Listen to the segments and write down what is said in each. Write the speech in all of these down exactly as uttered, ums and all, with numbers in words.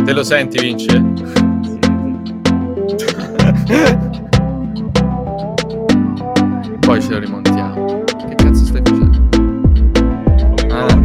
Te lo senti, Vince? Poi ce lo rimontiamo. Che cazzo stai facendo? Ah.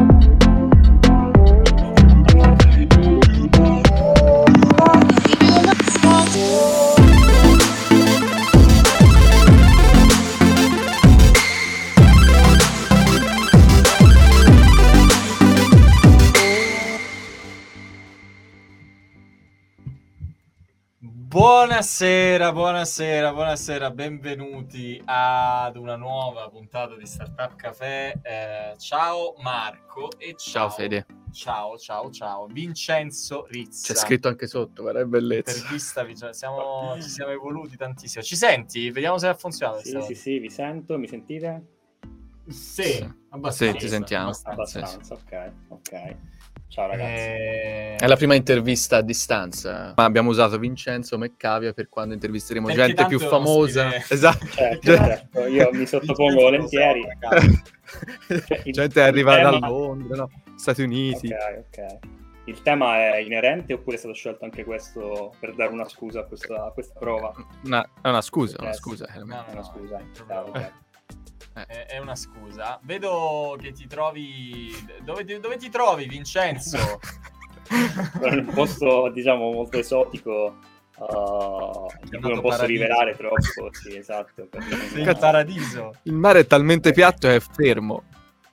Buonasera, buonasera, buonasera, benvenuti ad una nuova puntata di Startup Café. Eh, ciao Marco e ciao, Ciao Fede. Ciao, ciao, ciao. Vincenzo Rizza. C'è scritto anche sotto, guarda che bellezza. Intervista, siamo, ci siamo evoluti tantissimo. Ci senti? Vediamo se ha funzionato. Sì, sì, sì, vi sento, mi sentite? Sì, abbastanza. Sì, ti sentiamo. Abbastanza. Abbastanza, ok, ok. Ciao ragazzi. Eh... È la prima intervista a distanza. Ma abbiamo usato Vincenzo McCavia per quando intervisteremo Perché gente più famosa. ospite... Esatto. Certo, certo, io mi sottopongo volentieri. Cioè, gente è arrivata tema... da Londra, no? Stati Uniti. Ok, ok. Il tema è inerente oppure è stato scelto anche questo per dare una scusa a questa, a questa prova? Una, è una scusa, Okay, una scusa. sì. No, No, no, una no, scusa. proprio... Okay. È, è una scusa. Vedo che ti trovi... Dove ti, dove ti trovi, Vincenzo? In un posto, diciamo, molto esotico, uh, di cui non posso paradiso. rivelare troppo. Sì, esatto. Sei in paradiso. Il mare è talmente piatto e è fermo.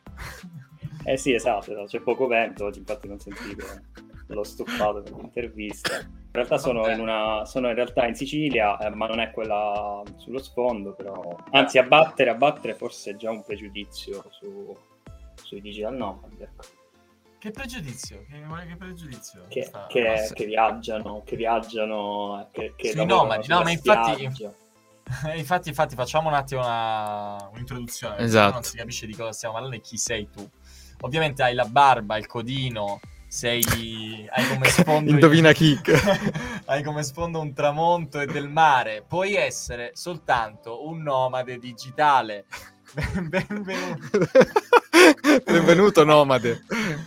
Eh sì, esatto, esatto, c'è poco vento, oggi infatti non sentite, l'ho stoppato per l'intervista. In realtà sono in, una, sono in realtà in Sicilia, eh, ma non è quella sullo sfondo, però... Anzi, abbattere, abbattere forse è già un pregiudizio su, sui digital nomad. Che pregiudizio? Che, che pregiudizio? Che, Sta... che, che viaggiano, che viaggiano, che, che sui nomadi, no, ma infatti... infatti, infatti, facciamo un attimo una, un'introduzione. Esatto. Non si capisce di cosa stiamo parlando e chi sei tu. Ovviamente hai la barba, il codino, sei hai come sfondo indovina chi. hai come sfondo un tramonto e del mare. Puoi essere soltanto un nomade digitale. Benvenuto. Benvenuto nomade.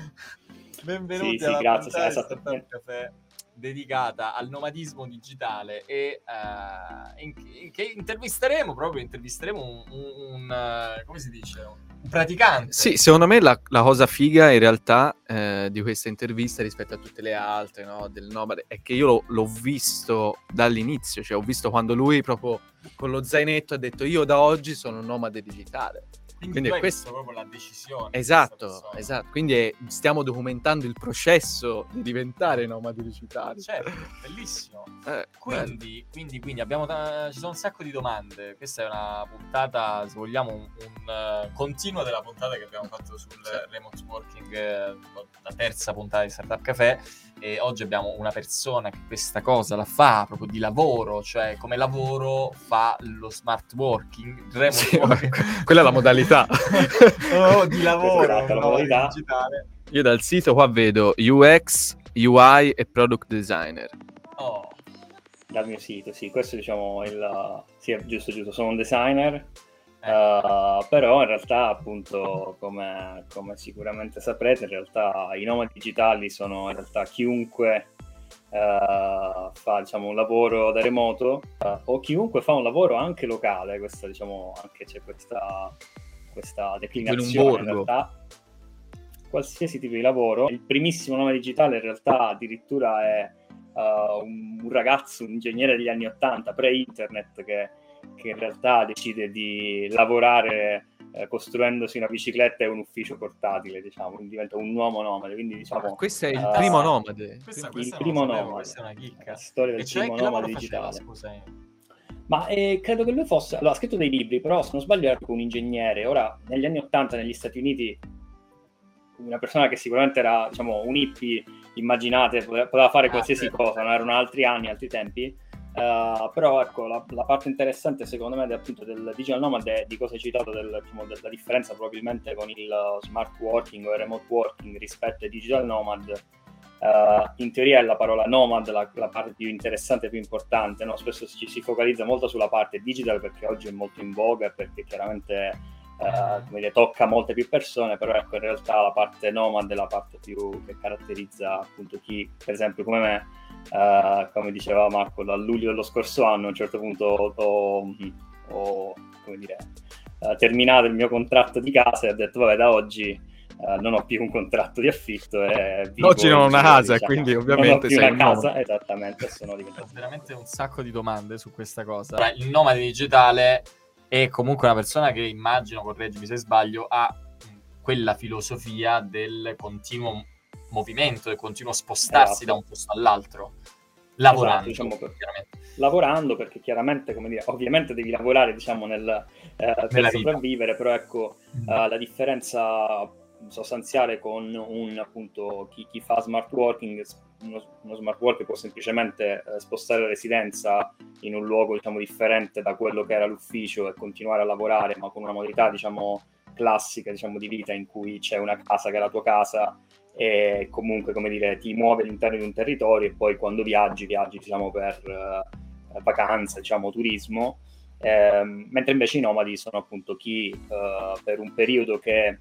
Benvenuti sì, alla sì, grazie, puntata di esatto. Startup Café dedicata al nomadismo digitale e uh, in, in che intervisteremo proprio intervisteremo un, un, un uh, come si dice un praticante. Sì, secondo me la, la cosa figa in realtà eh, di questa intervista rispetto a tutte le altre, no, del nomade, è che io lo, l'ho visto dall'inizio, cioè ho visto quando lui proprio con lo zainetto ha detto io da oggi sono un nomade digitale. Quindi, Quindi è è questo proprio la decisione. Esatto, esatto. Quindi è, stiamo documentando il processo di diventare nomadi digitali. Certo, bellissimo. Eh, quindi, quindi, quindi abbiamo t- ci sono un sacco di sì. Questa è una puntata, se vogliamo, un, un uh, continuo della puntata che abbiamo fatto sul sì. remote working, eh, la terza puntata di Startup Café. E oggi abbiamo una persona che questa cosa la fa proprio di lavoro, cioè come lavoro fa lo smart working, il remote sì, working. Quella è la modalità. Oh, di lavoro, esatto, la no, modalità digitale. Io dal sito qua vedo U X, U I e Product Designer. Oh. Dal mio sito, sì, questo diciamo il... Sì, è giusto, giusto, sono un designer. Uh, però in realtà appunto come, come sicuramente saprete in realtà i nomadi digitali sono in realtà chiunque uh, fa diciamo un lavoro da remoto uh, o chiunque fa un lavoro anche locale. Questa diciamo anche c'è questa, questa declinazione in, in realtà qualsiasi tipo di lavoro. Il primissimo nome digitale in realtà addirittura è uh, un, un ragazzo, un ingegnere degli anni ottanta pre-internet che che in realtà decide di lavorare eh, costruendosi una bicicletta e un ufficio portatile, diciamo, quindi diventa un uomo nomade, quindi diciamo... Ah, questo è il uh, primo nomade. Questa, il questa primo sapevo, nomade. Questa è una chicca. La storia del e cioè, primo che nomade faceva, digitale. Scusa. Ma eh, credo che lui fosse... Allora, ha scritto dei libri, però se non sbaglio era un ingegnere. Ora, negli anni ottanta negli Stati Uniti, una persona che sicuramente era, diciamo, un hippie, immaginate, poteva fare qualsiasi ah, certo. cosa, non erano altri anni, altri tempi. Uh, però ecco la, la parte interessante secondo me del, appunto, del digital nomad è di cosa hai citato del, diciamo, della differenza probabilmente con il smart working o il remote working rispetto ai digital nomad. Uh, in teoria è la parola nomad la, la parte più interessante e più importante, no? Spesso ci si focalizza molto sulla parte digital perché oggi è molto in voga, perché chiaramente uh, come dire, tocca molte più persone, però ecco in realtà la parte nomad è la parte più che caratterizza appunto chi, per esempio come me, uh, come diceva Marco, dal luglio dello scorso anno a un certo punto ho, ho come dire, uh, terminato il mio contratto di casa e ho detto vabbè, da oggi Uh, non ho più un contratto di affitto e vivo oggi non ho una giro, casa, diciamo. quindi non ovviamente ho più sei una un casa, nomade. esattamente, sono diventato Ho veramente un sacco di domande su questa cosa. Allora, il nomade digitale è comunque una persona che, immagino, correggimi se sbaglio, ha quella filosofia del continuo movimento, del continuo spostarsi esatto. da un posto all'altro, lavorando, esatto, diciamo per, chiaramente. lavorando, perché chiaramente, come dire, ovviamente devi lavorare, diciamo, nel, eh, per sopravvivere, però ecco, mm. uh, la differenza sostanziale con un appunto chi, chi fa smart working, uno, uno smart worker può semplicemente eh, spostare residenza in un luogo, diciamo, differente da quello che era l'ufficio e continuare a lavorare, ma con una modalità, diciamo, classica, diciamo, di vita in cui c'è una casa che è la tua casa e comunque, come dire, ti muovi all'interno di un territorio e poi quando viaggi, viaggi, diciamo, per uh, vacanze, diciamo, turismo, eh, mentre invece i nomadi sono appunto chi uh, per un periodo che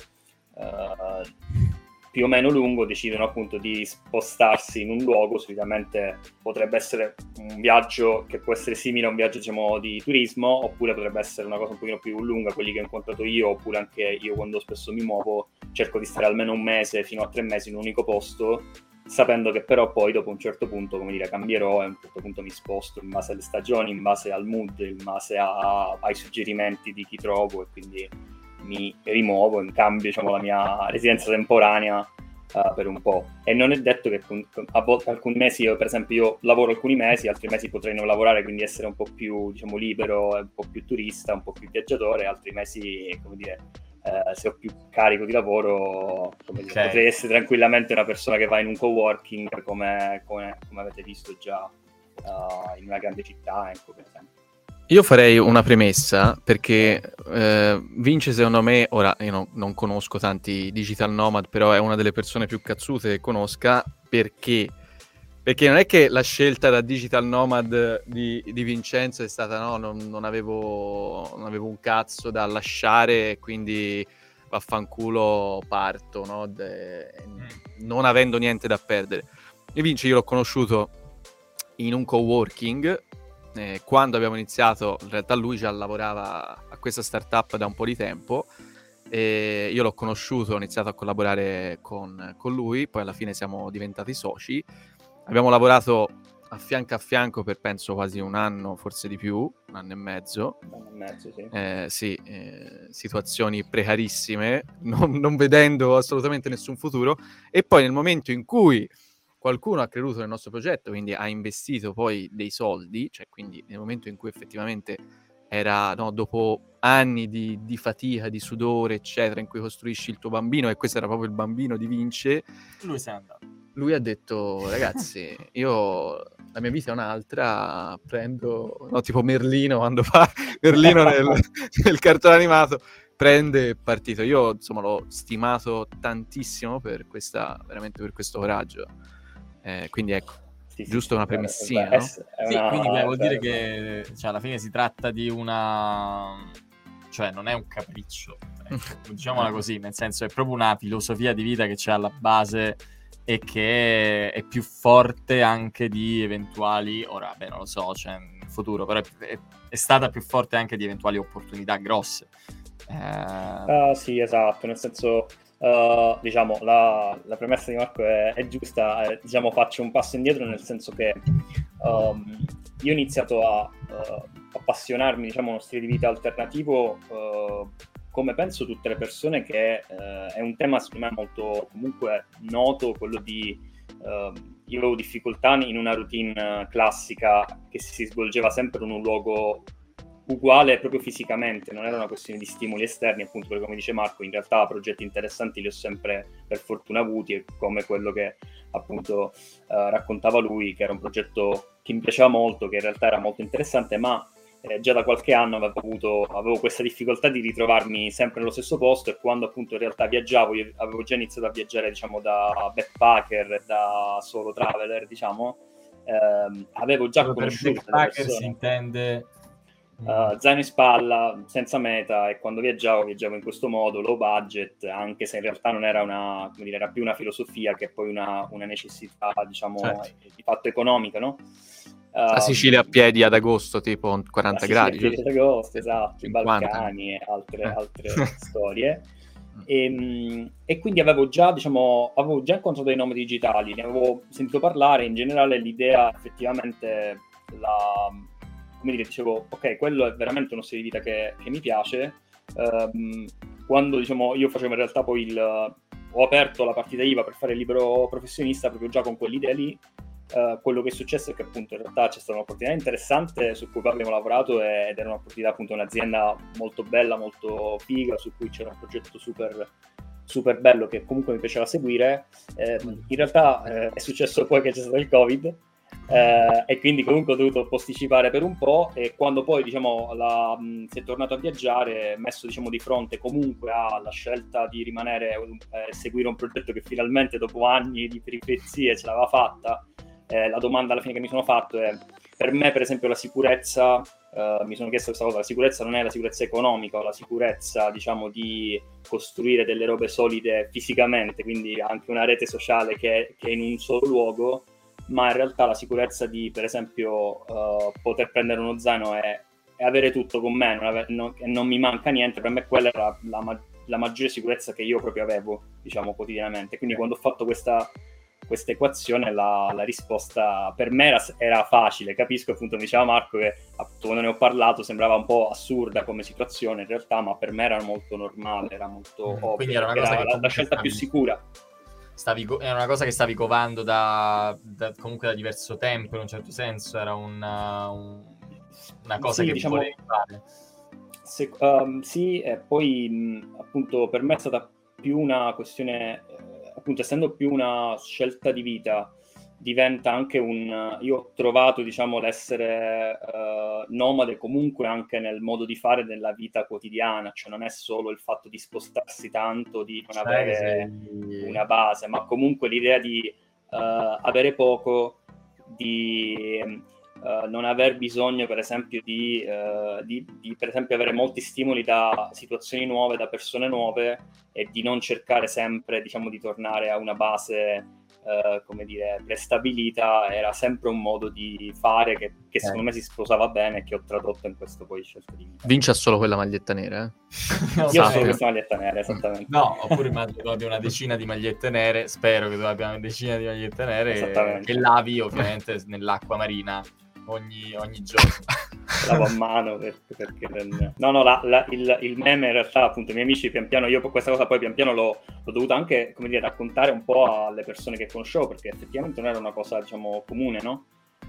Uh, più o meno lungo decidono appunto di spostarsi in un luogo. Solitamente potrebbe essere un viaggio che può essere simile a un viaggio, diciamo, di turismo, oppure potrebbe essere una cosa un pochino più lunga, quelli che ho incontrato io, oppure anche io quando spesso mi muovo cerco di stare almeno un mese fino a tre mesi in un unico posto, sapendo che però poi dopo un certo punto, come dire, cambierò e a un certo punto mi sposto in base alle stagioni, in base al mood, in base a, ai suggerimenti di chi trovo, e quindi mi rimuovo, in cambio, diciamo, la mia residenza temporanea uh, per un po'. E non è detto che con, con, a volte alcuni mesi, io per esempio io lavoro alcuni mesi, altri mesi potrei non lavorare, quindi essere un po' più, diciamo, libero, un po' più turista, un po' più viaggiatore, altri mesi, come dire, uh, se ho più carico di lavoro, come dire, okay. Potrei essere tranquillamente una persona che va in un coworking, come, come, come avete visto già uh, in una grande città, ecco, per esempio. Io farei una premessa, perché eh, Vince, secondo me, ora io no, non conosco tanti digital nomad, però è una delle persone più cazzute che conosca, perché perché non è che la scelta da digital nomad di, di Vincenzo è stata no, non, non, avevo, non avevo un cazzo da lasciare, quindi vaffanculo parto, no? De, non avendo niente da perdere. E Vince io l'ho conosciuto in un coworking. Eh, quando abbiamo iniziato, in realtà lui già lavorava a questa startup da un po' di tempo, e io l'ho conosciuto, ho iniziato a collaborare con, con lui, poi alla fine siamo diventati soci, abbiamo lavorato a fianco a fianco per penso quasi un anno, forse di più, un anno e mezzo, un anno e mezzo sì, eh, sì eh, situazioni precarissime, non, non vedendo assolutamente nessun futuro, e poi nel momento in cui qualcuno ha creduto nel nostro progetto, quindi ha investito poi dei soldi, cioè quindi nel momento in cui effettivamente era, no, dopo anni di, di fatica, di sudore, eccetera, in cui costruisci il tuo bambino, e questo era proprio il bambino di Vince, lui se n'è andato. Lui ha detto, ragazzi, io la mia vita è un'altra, prendo, no, tipo Merlino, quando fa Merlino nel, nel cartone animato, prende e partito. Io, insomma, l'ho stimato tantissimo per questa, veramente per questo coraggio. Eh, quindi ecco, sì, giusto sì, una premessina, beh, no? È una... Sì, quindi beh, vuol dire che cioè, alla fine si tratta di una... cioè non è un capriccio, ecco, diciamola così, nel senso è proprio una filosofia di vita che c'è alla base e che è più forte anche di eventuali, ora beh non lo so, cioè in futuro, però è, è stata più forte anche di eventuali opportunità grosse. Eh... Uh, sì, esatto, nel senso... Uh, diciamo la, la premessa di Marco è, è giusta, eh, diciamo faccio un passo indietro, nel senso che um, io ho iniziato a uh, appassionarmi, diciamo, a uno stile di vita alternativo uh, come penso tutte le persone, che uh, è un tema secondo me molto comunque noto, quello di uh, io avevo difficoltà in una routine classica che si svolgeva sempre in un luogo uguale proprio fisicamente, non era una questione di stimoli esterni, appunto, perché come dice Marco in realtà progetti interessanti li ho sempre per fortuna avuti, come quello che appunto uh, raccontava lui, che era un progetto che mi piaceva molto, che in realtà era molto interessante, ma eh, già da qualche anno avevo avuto avevo questa difficoltà di ritrovarmi sempre nello stesso posto, e quando appunto in realtà viaggiavo, io avevo già iniziato a viaggiare, diciamo, da backpacker, da solo traveler, diciamo, ehm, avevo già Però conosciuto per backpacker si intende Uh, zaino in spalla, senza meta, e quando viaggiavo, viaggiavo in questo modo, low budget, anche se in realtà non era una, come dire, era più una filosofia che poi una, una necessità, diciamo, certo. di fatto economica, no? La Um, Sicilia a piedi ad agosto, tipo quaranta la gradi. Sicilia a piedi ad agosto, esatto, i cinquanta. Balcani e altre, Eh. altre storie. E, e quindi avevo già, diciamo, avevo già incontrato dei nomadi digitali, ne avevo sentito parlare. In generale l'idea, effettivamente, la... come dire, dicevo, ok, quello è veramente uno stile di vita che, che mi piace. Um, quando, diciamo, io facevo in realtà poi il... ho aperto la partita I V A per fare il libero professionista proprio già con quell'idea lì. Uh, quello che è successo è che appunto in realtà c'è stata un'opportunità interessante su cui poi abbiamo lavorato, ed era un'opportunità, appunto, un'azienda molto bella, molto figa, su cui c'era un progetto super, super bello che comunque mi piaceva seguire. Eh, in realtà eh, è successo poi che c'è stato il Covid, eh, e quindi comunque ho dovuto posticipare per un po', e quando poi, diciamo, la, mh, si è tornato a viaggiare, messo, diciamo, di fronte comunque alla scelta di rimanere e eh, seguire un progetto che finalmente dopo anni di peripezie ce l'aveva fatta. Eh, la domanda alla fine che mi sono fatto è, per me per esempio la sicurezza, eh, mi sono chiesto questa cosa, la sicurezza non è la sicurezza economica o la sicurezza, diciamo, di costruire delle robe solide fisicamente, quindi anche una rete sociale che, che è in un solo luogo, ma in realtà la sicurezza di, per esempio, eh, poter prendere uno zaino e, e avere tutto con me, non, ave- non, e non mi manca niente. Per me quella era la, la, la maggiore sicurezza che io proprio avevo, diciamo, quotidianamente. Quindi quando ho fatto questa questa equazione, la, la risposta per me era, era facile. Capisco, appunto, mi diceva Marco che appunto quando ne ho parlato sembrava un po' assurda come situazione in realtà, ma per me era molto normale, era molto Mm, ovvio, quindi era una era cosa che la, la comunque scelta stavi- più sicura. Stavi co- era una cosa che stavi covando da, da- comunque da diverso tempo, in un certo senso, era una, un- una cosa Sì, che diciamo, volevi fare. Se, um, sì, e poi mh, appunto per me è stata più una questione, eh, appunto essendo più una scelta di vita, diventa anche un... Io ho trovato, diciamo, l'essere uh, nomade comunque anche nel modo di fare della vita quotidiana, cioè non è solo il fatto di spostarsi tanto, di non Cioè, avere che sei- una base, ma comunque l'idea di uh, avere poco, di... Uh, non aver bisogno, per esempio, di, uh, di, di per esempio avere molti stimoli da situazioni nuove, da persone nuove, e di non cercare sempre, diciamo, di tornare a una base, uh, come dire, prestabilita. Era sempre un modo di fare che, che secondo me si sposava bene e che ho tradotto in questo poi scelta di vita. Vince ha solo quella maglietta nera, eh? Non Io ho so, solo eh. questa maglietta nera, esattamente. No, oppure immagino che tu abbia una decina di magliette nere, spero che tu abbia una decina di magliette nere, Esattamente. che lavi ovviamente nell'acqua marina ogni, ogni giorno. Lavo a mano per, perché non... no no la, la, il, il meme in realtà, appunto, i miei amici pian piano, io questa cosa poi pian piano l'ho, l'ho dovuta anche, come dire, raccontare un po' alle persone che conoscevo, perché effettivamente non era una cosa, diciamo, comune, no?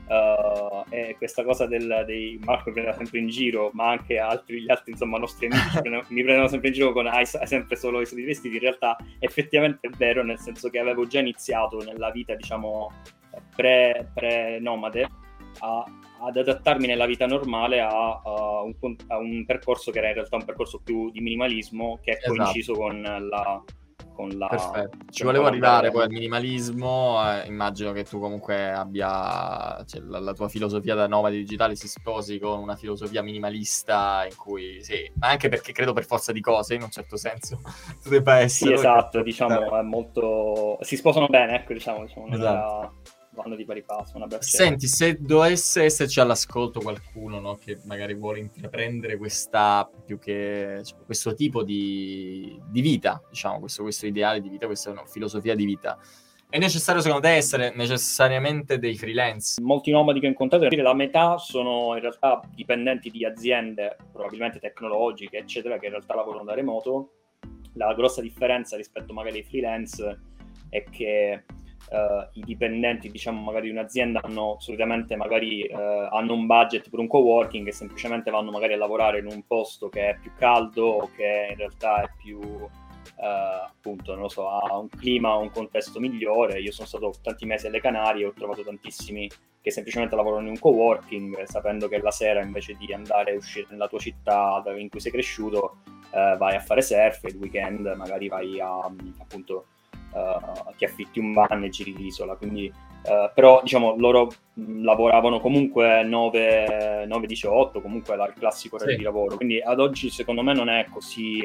Uh, e questa cosa del, dei Marco mi prendeva sempre in giro, ma anche altri, gli altri, insomma, nostri amici prendevano, mi prendevano sempre in giro con hai, hai sempre solo i soliti vestiti. In realtà effettivamente è vero, nel senso che avevo già iniziato nella vita, diciamo, pre, pre nomade a, ad adattarmi nella vita normale a, a, un, a un percorso che era in realtà un percorso più di minimalismo, che è Esatto. coinciso con la, con la Perfetto. Ci con volevo la- arrivare poi al minimalismo, eh, immagino che tu comunque abbia, cioè, la, la tua filosofia da nomade digitale si sposi con una filosofia minimalista in cui, sì, ma anche perché credo per forza di cose, in un certo senso, tu debba Sì, essere... esatto, diciamo, è molto... si sposano bene, ecco, diciamo, diciamo non Esatto. era- vanno di pari passo, una bella Senti, se dovesse esserci all'ascolto qualcuno, no, che magari vuole intraprendere questa, più che cioè, questo tipo di, di vita, diciamo, questo, questo ideale di vita, questa no, filosofia di vita, è necessario secondo te essere necessariamente dei freelance? Molti nomadi che ho incontrato, la metà sono in realtà dipendenti di aziende, probabilmente tecnologiche, eccetera, che in realtà lavorano da remoto. La grossa differenza rispetto magari ai freelance è che Uh, i dipendenti, diciamo, magari di un'azienda hanno solitamente magari uh, hanno un budget per un coworking e semplicemente vanno magari a lavorare in un posto che è più caldo o che in realtà è più uh, appunto, non lo so, ha un clima, un contesto migliore. Io sono stato tanti mesi alle Canarie e ho trovato tantissimi che semplicemente lavorano in un coworking, sapendo che la sera, invece di andare a uscire nella tua città in cui sei cresciuto, uh, vai a fare surf, e il weekend magari vai a, appunto, Uh, ti affitti un van e giri l'isola. Quindi Uh, però diciamo loro mh, lavoravano comunque nove diciotto, comunque era il classico orario Sì. di lavoro, quindi ad oggi secondo me non è così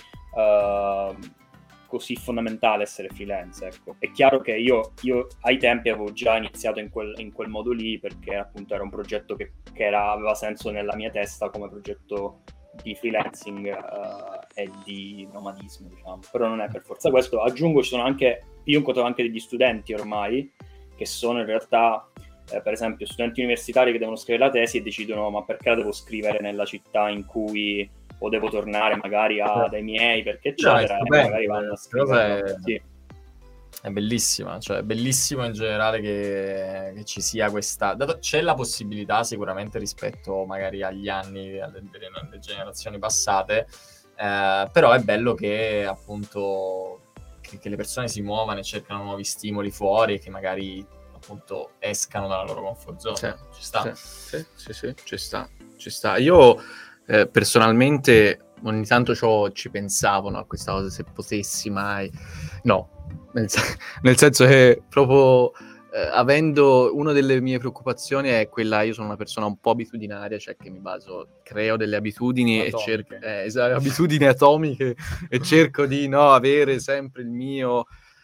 uh, così fondamentale essere freelance, ecco. È chiaro che io, io ai tempi avevo già iniziato in quel, in quel modo lì, perché appunto era un progetto che, che era, aveva senso nella mia testa come progetto di freelancing uh, e di nomadismo, diciamo. Però non è per forza questo. Aggiungo, ci sono anche, io incontro anche degli studenti ormai che sono in realtà, eh, per esempio, studenti universitari che devono scrivere la tesi e decidono: ma perché la devo scrivere nella città in cui o devo tornare magari a, dai miei, perché eccetera, no, e magari vanno a scrivere. È... Sì. È bellissima, cioè è bellissimo in generale che, che ci sia questa... Dato, c'è la possibilità sicuramente rispetto magari agli anni, alle, alle generazioni passate, eh, però è bello che appunto che, che le persone si muovano e cercano nuovi stimoli fuori e che magari appunto escano dalla loro comfort zone. Sì, ci sta. Sì, sì, sì, sì, ci sta, ci sta. Io eh, personalmente ogni tanto ci pensavo, no, a questa cosa, se potessi mai... No, nel, nel senso che proprio eh, avendo una delle mie preoccupazioni è quella, io sono una persona un po' abitudinaria, cioè che mi baso, creo delle abitudini Atomiche. e cerco eh, esatto, abitudini atomiche e cerco di no avere sempre il mio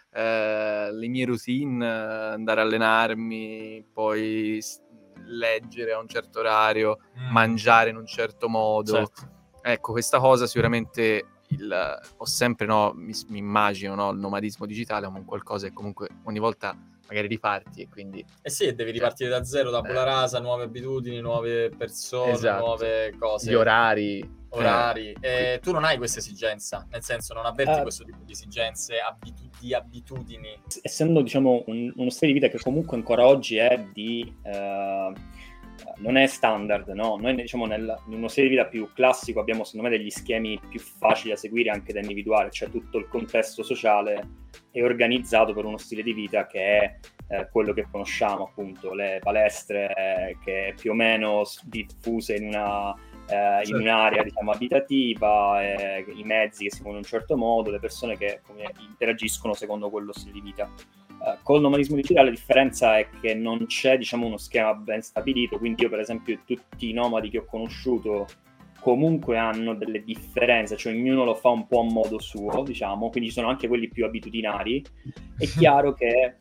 eh, le mie routine, andare a allenarmi, poi leggere a un certo orario, mm. mangiare in un certo modo. Certo. Ecco, questa cosa sicuramente il, ho sempre, no, mi, mi immagino, no, il nomadismo digitale come qualcosa che comunque ogni volta magari riparti e quindi... Eh sì, devi ripartire da zero, da tabula rasa, nuove abitudini, nuove persone, esatto. nuove cose. Gli orari. Orari. Eh, eh, tu non hai questa esigenza, nel senso non avverti uh, questo tipo di esigenze, abitu- di abitudini. Essendo, diciamo, un, uno stile di vita che comunque ancora oggi è di... Uh, non è standard, no? Noi diciamo nel, in uno stile di vita più classico abbiamo secondo me degli schemi più facili da seguire anche da individuare, cioè tutto il contesto sociale è organizzato per uno stile di vita che è eh, quello che conosciamo, appunto, le palestre eh, che più o meno diffuse in una eh, in un'area diciamo abitativa, eh, i mezzi che si muovono in un certo modo, le persone che come, interagiscono secondo quello stile di vita. Uh, col nomadismo digitale la differenza è che non c'è diciamo uno schema ben stabilito, quindi io per esempio tutti i nomadi che ho conosciuto comunque hanno delle differenze, cioè ognuno lo fa un po' a modo suo, diciamo, quindi ci sono anche quelli più abitudinari. È chiaro che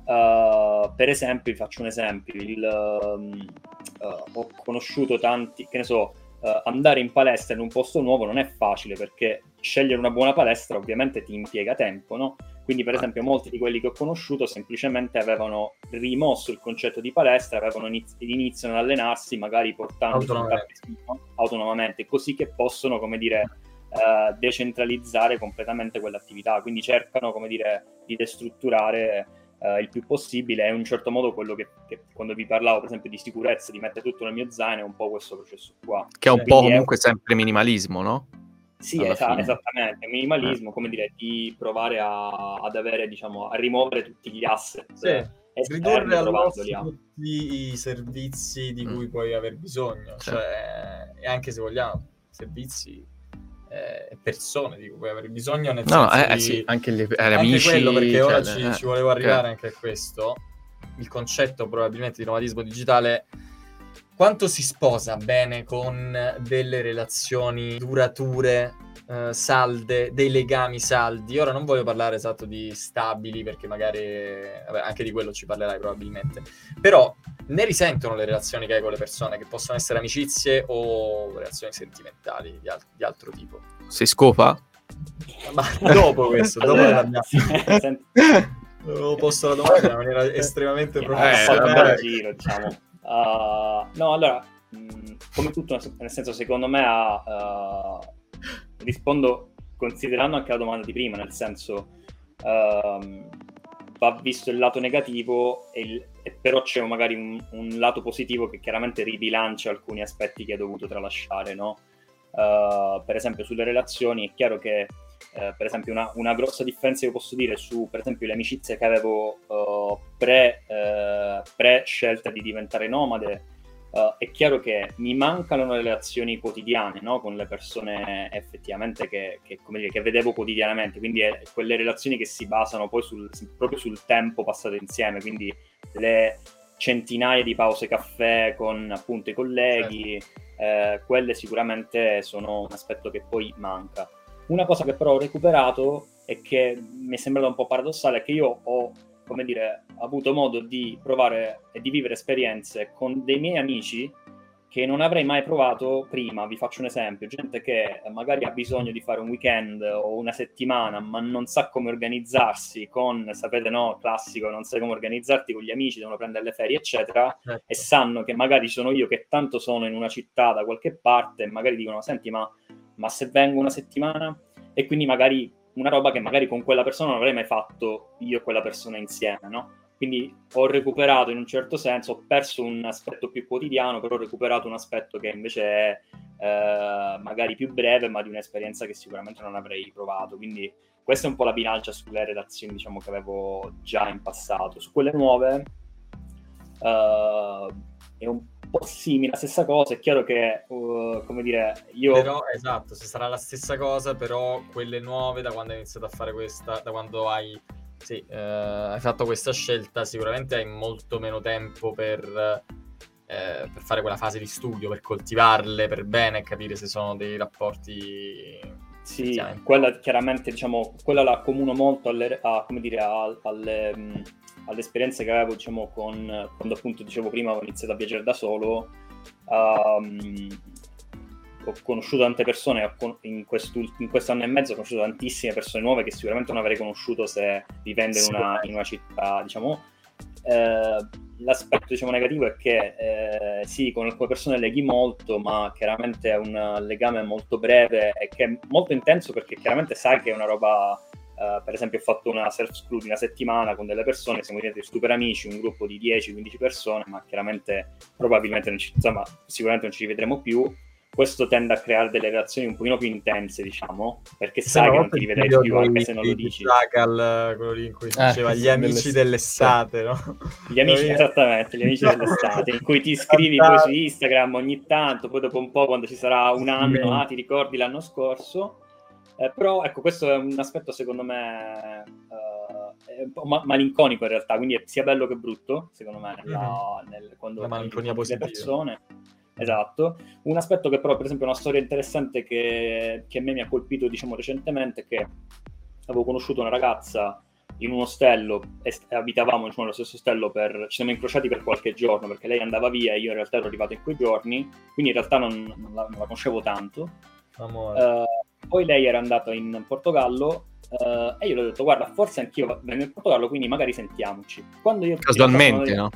uh, per esempio, vi faccio un esempio, il, uh, uh, ho conosciuto tanti, che ne so, Uh, andare in palestra in un posto nuovo non è facile, perché scegliere una buona palestra ovviamente ti impiega tempo, no? Quindi per esempio molti di quelli che ho conosciuto semplicemente avevano rimosso il concetto di palestra, avevano iniz- iniziano ad allenarsi magari portandosi un tappetino autonomamente, così che possono, come dire, uh, decentralizzare completamente quell'attività, quindi cercano, come dire, di destrutturare Uh, il più possibile. È in un certo modo quello che, che quando vi parlavo per esempio di sicurezza, di mettere tutto nel mio zaino, è un po' questo processo qua, che è un Quindi po' comunque è... sempre minimalismo, no? Sì, esa- esattamente, minimalismo, eh. come dire, di provare a, ad avere, diciamo, a rimuovere tutti gli asset, sì. Ridurre all'osso tutti i servizi di cui mm. puoi aver bisogno, sì. Cioè, e anche se vogliamo servizi e persone di cui puoi avere bisogno, nel no, senso eh, di... sì, anche gli eh, anche amici, quello, perché ora cioè, ci, eh, ci volevo arrivare eh. anche a questo, il concetto probabilmente di nomadismo digitale, quanto si sposa bene con delle relazioni durature, eh, salde, dei legami saldi. Ora non voglio parlare esatto di stabili, perché magari vabbè, anche di quello ci parlerai probabilmente, però ne risentono le relazioni che hai con le persone, che possono essere amicizie o relazioni sentimentali di, al- di altro tipo. Si scopa? Ma dopo questo, dopo l'abbiamo... Ho posto la domanda in maniera estremamente professionale. Eh, giro, diciamo. Uh, no, allora, mh, come tutto, nel senso, secondo me uh, rispondo considerando anche la domanda di prima, nel senso uh, va visto il lato negativo e, il, e però c'è magari un, un lato positivo che chiaramente ribilancia alcuni aspetti che hai dovuto tralasciare, no? Uh, per esempio sulle relazioni è chiaro che uh, per esempio una, una grossa differenza che posso dire su per esempio le amicizie che avevo uh, pre, uh, pre scelta di diventare nomade uh, è chiaro che mi mancano le relazioni quotidiane, no? Con le persone effettivamente che, che, come dire, che vedevo quotidianamente, quindi è quelle relazioni che si basano poi sul, proprio sul tempo passato insieme, quindi le centinaia di pause caffè con appunto i colleghi, certo. eh, quelle sicuramente sono un aspetto che poi manca. Una cosa che però ho recuperato e che mi è sembrata un po' paradossale è che io ho, come dire, avuto modo di provare e di vivere esperienze con dei miei amici che non avrei mai provato prima. Vi faccio un esempio: gente che magari ha bisogno di fare un weekend o una settimana ma non sa come organizzarsi con, sapete, no, classico, non sai come organizzarti con gli amici, devono prendere le ferie eccetera, certo. E sanno che magari sono io che tanto sono in una città da qualche parte e magari dicono senti ma, ma se vengo una settimana, e quindi magari una roba che magari con quella persona non avrei mai fatto io e quella persona insieme, no? Quindi ho recuperato in un certo senso, ho perso un aspetto più quotidiano, però ho recuperato un aspetto che invece è eh, magari più breve, ma di un'esperienza che sicuramente non avrei provato. Quindi questa è un po' la bilancia sulle relazioni, diciamo, che avevo già in passato. Su quelle nuove uh, è un po' simile, la stessa cosa. È chiaro che, uh, come dire, io... Però, esatto, se sarà la stessa cosa, però quelle nuove, da quando hai iniziato a fare questa, da quando hai... Sì, eh, hai fatto questa scelta, sicuramente hai molto meno tempo per, eh, per fare quella fase di studio, per coltivarle per bene e capire se sono dei rapporti... Sì, quella chiaramente, diciamo, quella la accomuno molto alle, a, come dire, a, alle, mh, alle esperienze che avevo, diciamo, con, quando appunto, dicevo prima, ho iniziato a viaggiare da solo. Um, ho conosciuto tante persone in, in questo anno e mezzo, ho conosciuto tantissime persone nuove che sicuramente non avrei conosciuto se vivendo in una, in una città, diciamo. Eh, l'aspetto, diciamo, negativo è che eh, sì, con alcune persone leghi molto, ma chiaramente è un legame molto breve e che è molto intenso, perché chiaramente sai che è una roba... Uh, per esempio ho fatto una self-school di una settimana con delle persone, siamo diventati super amici, un gruppo di dieci quindici persone, ma chiaramente probabilmente non ci, insomma, sicuramente non ci rivedremo più. Questo tende a creare delle relazioni un pochino più intense, diciamo, perché sì, sai che non ti rivedrai più, anche se non lo dici. Jackal, quello lì in cui si eh, diceva gli amici dell'estate, no? Gli amici, esattamente, gli amici dell'estate, in cui ti scrivi poi su Instagram ogni tanto, poi dopo un po', quando ci sarà un anno, ah, ti ricordi l'anno scorso. Eh, però ecco, questo è un aspetto secondo me uh, è un po' ma- malinconico in realtà, quindi è sia bello che brutto, secondo me, nella, mm-hmm. nel, quando la malinconia positiva. Le persone. Esatto. Un aspetto che però, per esempio, una storia interessante che, che a me mi ha colpito, diciamo, recentemente, è che avevo conosciuto una ragazza in un ostello e abitavamo, diciamo, nello stesso ostello, per, ci siamo incrociati per qualche giorno perché lei andava via e io in realtà ero arrivato in quei giorni, quindi in realtà non, non, la, non la conoscevo tanto. Uh, poi lei era andata in Portogallo uh, e io le ho detto guarda, forse anch'io vengo in Portogallo, quindi magari sentiamoci. Quando io casualmente, no?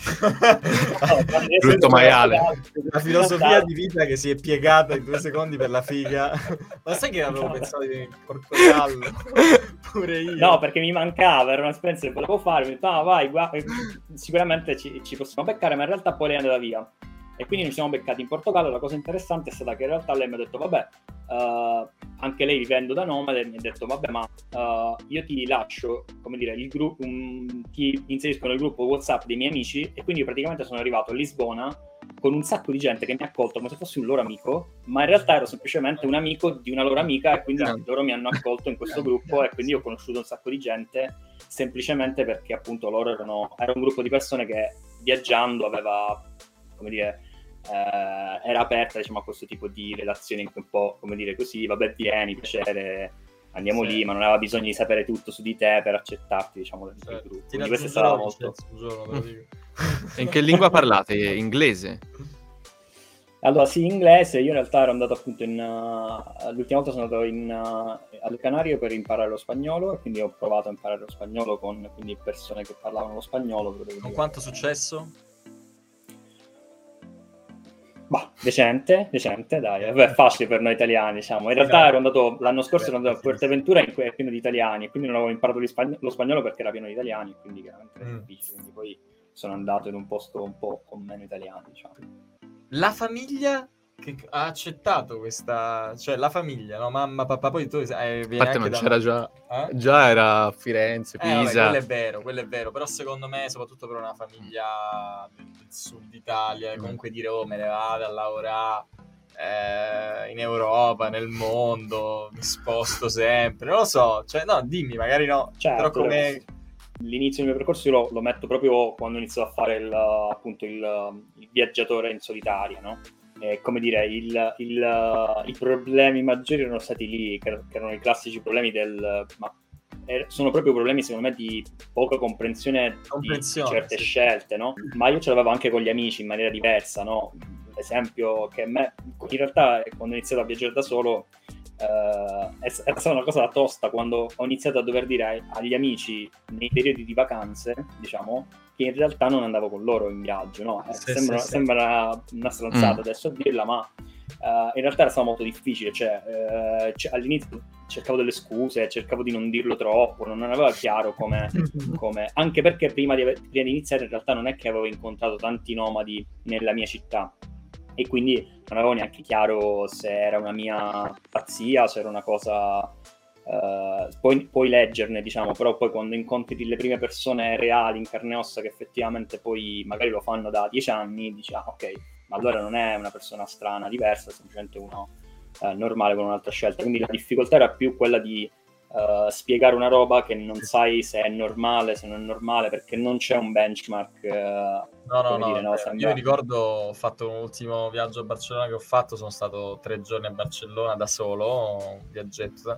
Brutto maiale. La filosofia di vita che si è piegata in due secondi per la figa. Ma sai che avevo pensato di Portogallo? Pure io. No, perché mi mancava, era un'esperienza che volevo fare. Mi ho detto, ah, vai, guarda, sicuramente ci, ci possiamo beccare, ma in realtà poi lei è andata via. E quindi ci siamo beccati in Portogallo. La cosa interessante è stata che in realtà lei mi ha detto, vabbè, uh, anche lei vivendo da nomade, mi ha detto, vabbè, ma uh, io ti lascio, come dire, il gruppo, um, ti inserisco nel gruppo WhatsApp dei miei amici, e quindi io praticamente sono arrivato a Lisbona con un sacco di gente che mi ha accolto come se fossi un loro amico, ma in realtà ero semplicemente un amico di una loro amica, e quindi loro mi hanno accolto in questo gruppo, e quindi ho conosciuto un sacco di gente semplicemente perché appunto loro erano, era un gruppo di persone che viaggiando aveva, come dire, eh, era aperta, diciamo, a questo tipo di relazioni, un po', come dire, così, vabbè, vieni, piacere, andiamo sì. lì, ma non aveva bisogno di sapere tutto su di te per accettarti, diciamo, dentro il gruppo. Quindi questo è stato molto... E in che lingua parlate? Inglese? Allora sì, inglese. Io in realtà ero andato appunto in... Uh, l'ultima volta sono andato in, uh, alle Canarie per imparare lo spagnolo, e quindi ho provato a imparare lo spagnolo con quindi persone che parlavano lo spagnolo. Con quanto successo? Bah, decente, decente, dai, è facile per noi italiani, diciamo. In realtà ero andato, l'anno scorso ero andato a Fuerteventura in cui è pieno di italiani, e quindi non avevo imparato spagn- lo spagnolo perché era pieno di italiani, quindi chiaramente era difficile, quindi poi sono andato in un posto un po' con meno italiani, diciamo. La famiglia che ha accettato questa, cioè la famiglia, no? Mamma, papà, poi tu eh, A parte non da... c'era già, eh? già era a Firenze, Eh, vabbè, Pisa. quello è vero, quello è vero, però secondo me, soprattutto per una famiglia del, del sud Italia, Mm. comunque dire, oh, me ne vado a lavorare eh, in Europa, nel mondo, mi sposto sempre, non lo so, cioè, no, dimmi, magari no, Certo, però come... L'inizio del mio percorso io lo, lo metto proprio quando inizio a fare il, appunto il, il viaggiatore in solitaria, no? E, come dire, il, il, i problemi maggiori erano stati lì, che, che erano i classici problemi del... Ma sono proprio problemi, secondo me, di poca comprensione, comprensione di certe sì. scelte, no? Ma io ce l'avevo anche con gli amici in maniera diversa, no? Ad esempio, che a me, in realtà, quando ho iniziato a viaggiare da solo, Uh, è, è stata una cosa tosta quando ho iniziato a dover dire ai, agli amici nei periodi di vacanze, diciamo, che in realtà non andavo con loro in viaggio, no? Eh, sì, sembra, sì, sembra una stronzata Mm. adesso a dirla, ma uh, in realtà era stato molto difficile, cioè, uh, cioè all'inizio cercavo delle scuse, cercavo di non dirlo troppo, non avevo chiaro come, come... anche perché prima di, prima di iniziare in realtà non è che avevo incontrato tanti nomadi nella mia città, e quindi non avevo neanche chiaro se era una mia pazzia, se era una cosa... Uh, puoi, puoi leggerne, diciamo, però poi quando incontri le prime persone reali in carne e ossa che effettivamente poi magari lo fanno da dieci anni, dici, ah, ok, ma allora non è una persona strana, diversa, è semplicemente uno uh, normale con un'altra scelta. Quindi la difficoltà era più quella di uh, spiegare una roba che non sai se è normale, se non è normale, perché non c'è un benchmark... Uh, No, no, no, dire, no sembra... io mi ricordo, ho fatto un ultimo viaggio a Barcellona che ho fatto, sono stato tre giorni a Barcellona da solo, un viaggetto,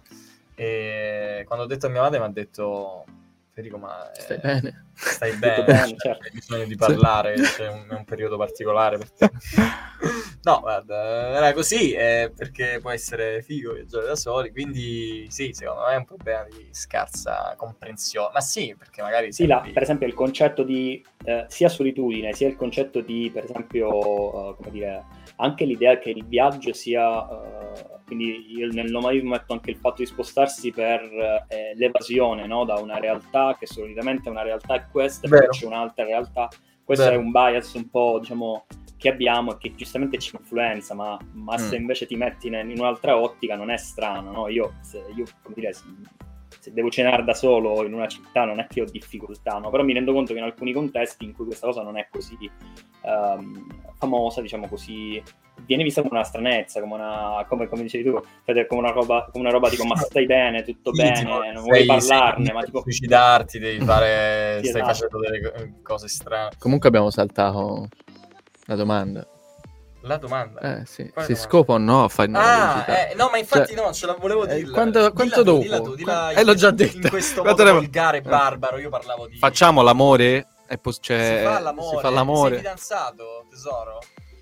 e quando ho detto a mia madre mi ha detto, Federico, ma eh, stai bene? Stai bene, bene, cioè, certo. hai bisogno di parlare, cioè, un, è un periodo particolare per te. No, guarda, era così, eh, perché può essere figo viaggiare da soli, quindi sì, secondo me è un problema di scarsa comprensione, ma sì, perché magari... Sì, la, per esempio il concetto di eh, sia solitudine, sia il concetto di, per esempio, uh, come dire, anche l'idea che il viaggio sia, uh, quindi io nel nomadismo metto anche il fatto di spostarsi per eh, l'evasione, no? Da una realtà che solitamente è una realtà è questa, e poi c'è un'altra realtà, questo Vero. È un bias un po', diciamo, che abbiamo e che giustamente ci influenza, ma, ma mm. se invece ti metti in, in un'altra ottica non è strano, no? Io, se, io come dire, se, se devo cenare da solo in una città non è che ho difficoltà, no? Però mi rendo conto che in alcuni contesti in cui questa cosa non è così um, famosa, diciamo così, viene vista come una stranezza, come una, come, come dicevi tu, come una roba, come una roba tipo ma stai bene, tutto sì, bene, tipo, non vuoi parlarne, ma tipo suicidarti, devi fare, sì, stai esatto. facendo delle cose strane. Comunque abbiamo saltato la domanda. La domanda? Eh sì, Quale si domanda? scopa o no a fare una Ah, eh, no, ma infatti cioè, no, ce la volevo eh, dirla. Quando, quanto dilla dopo? Tu, dilla tu, dilla eh, l'ho già detto. In questo modo Quanto volgare e barbaro, io parlavo di... Facciamo l'amore? E pos- cioè, si fa l'amore? Si fa l'amore. Sei fidanzato, tesoro?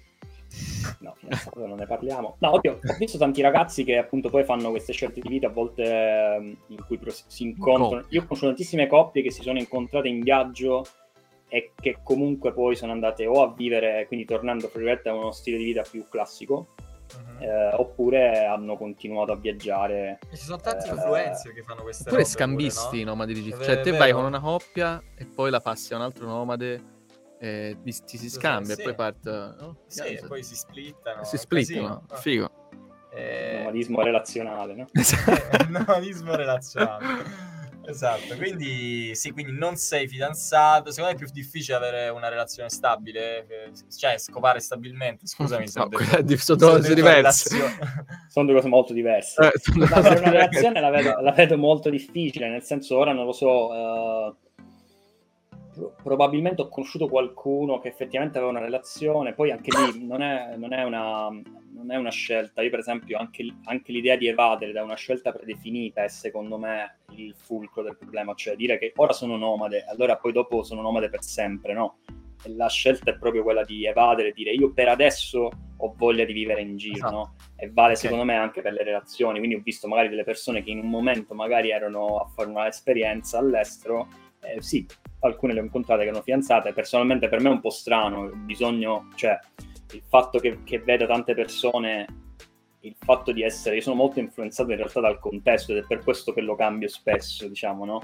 No, fidanzato non ne parliamo. No, oddio, ho visto tanti ragazzi che appunto poi fanno queste scelte di vita a volte eh, in cui si incontrano. Io conosco tantissime coppie che si sono incontrate in viaggio e che comunque poi sono andate o a vivere, quindi tornando a uno stile di vita più classico, uh-huh. eh, oppure hanno continuato a viaggiare. E ci sono tanti eh, influencer che fanno queste oppure robe. scambisti, pure, no? nomadi digitali. È Cioè vero, te è vai vero. con una coppia e poi la passi a un altro nomade, eh, ti, ti si scambia sì. e poi parte... Oh, sì, e poi si splittano. Si splittano, casino. Figo. Eh... Nomadismo relazionale, no? Nomadismo relazionale. Esatto, quindi sì, quindi non sei fidanzato. Secondo me è più difficile avere una relazione stabile, cioè scopare stabilmente. Scusami se no, ho detto, di, sono due cose diverse. Sono due cose molto diverse. Eh, sono no, per una relazione la vedo, la vedo molto difficile, nel senso ora non lo so. Uh, probabilmente ho conosciuto qualcuno che effettivamente aveva una relazione, poi anche lì non è, non è una non è una scelta. Io per esempio anche, anche l'idea di evadere da una scelta predefinita è secondo me il fulcro del problema, cioè dire che ora sono nomade, allora poi dopo sono nomade per sempre, no? E la scelta è proprio quella di evadere, dire io per adesso ho voglia di vivere in giro, esatto. No? E vale okay. secondo me anche per le relazioni, quindi ho visto magari delle persone che in un momento magari erano a fare una esperienza all'estero, eh, sì, alcune le ho incontrate che erano fidanzate, personalmente per me è un po' strano, il bisogno, cioè il fatto che, che veda tante persone, il fatto di essere, io sono molto influenzato in realtà dal contesto ed è per questo che lo cambio spesso, diciamo, no?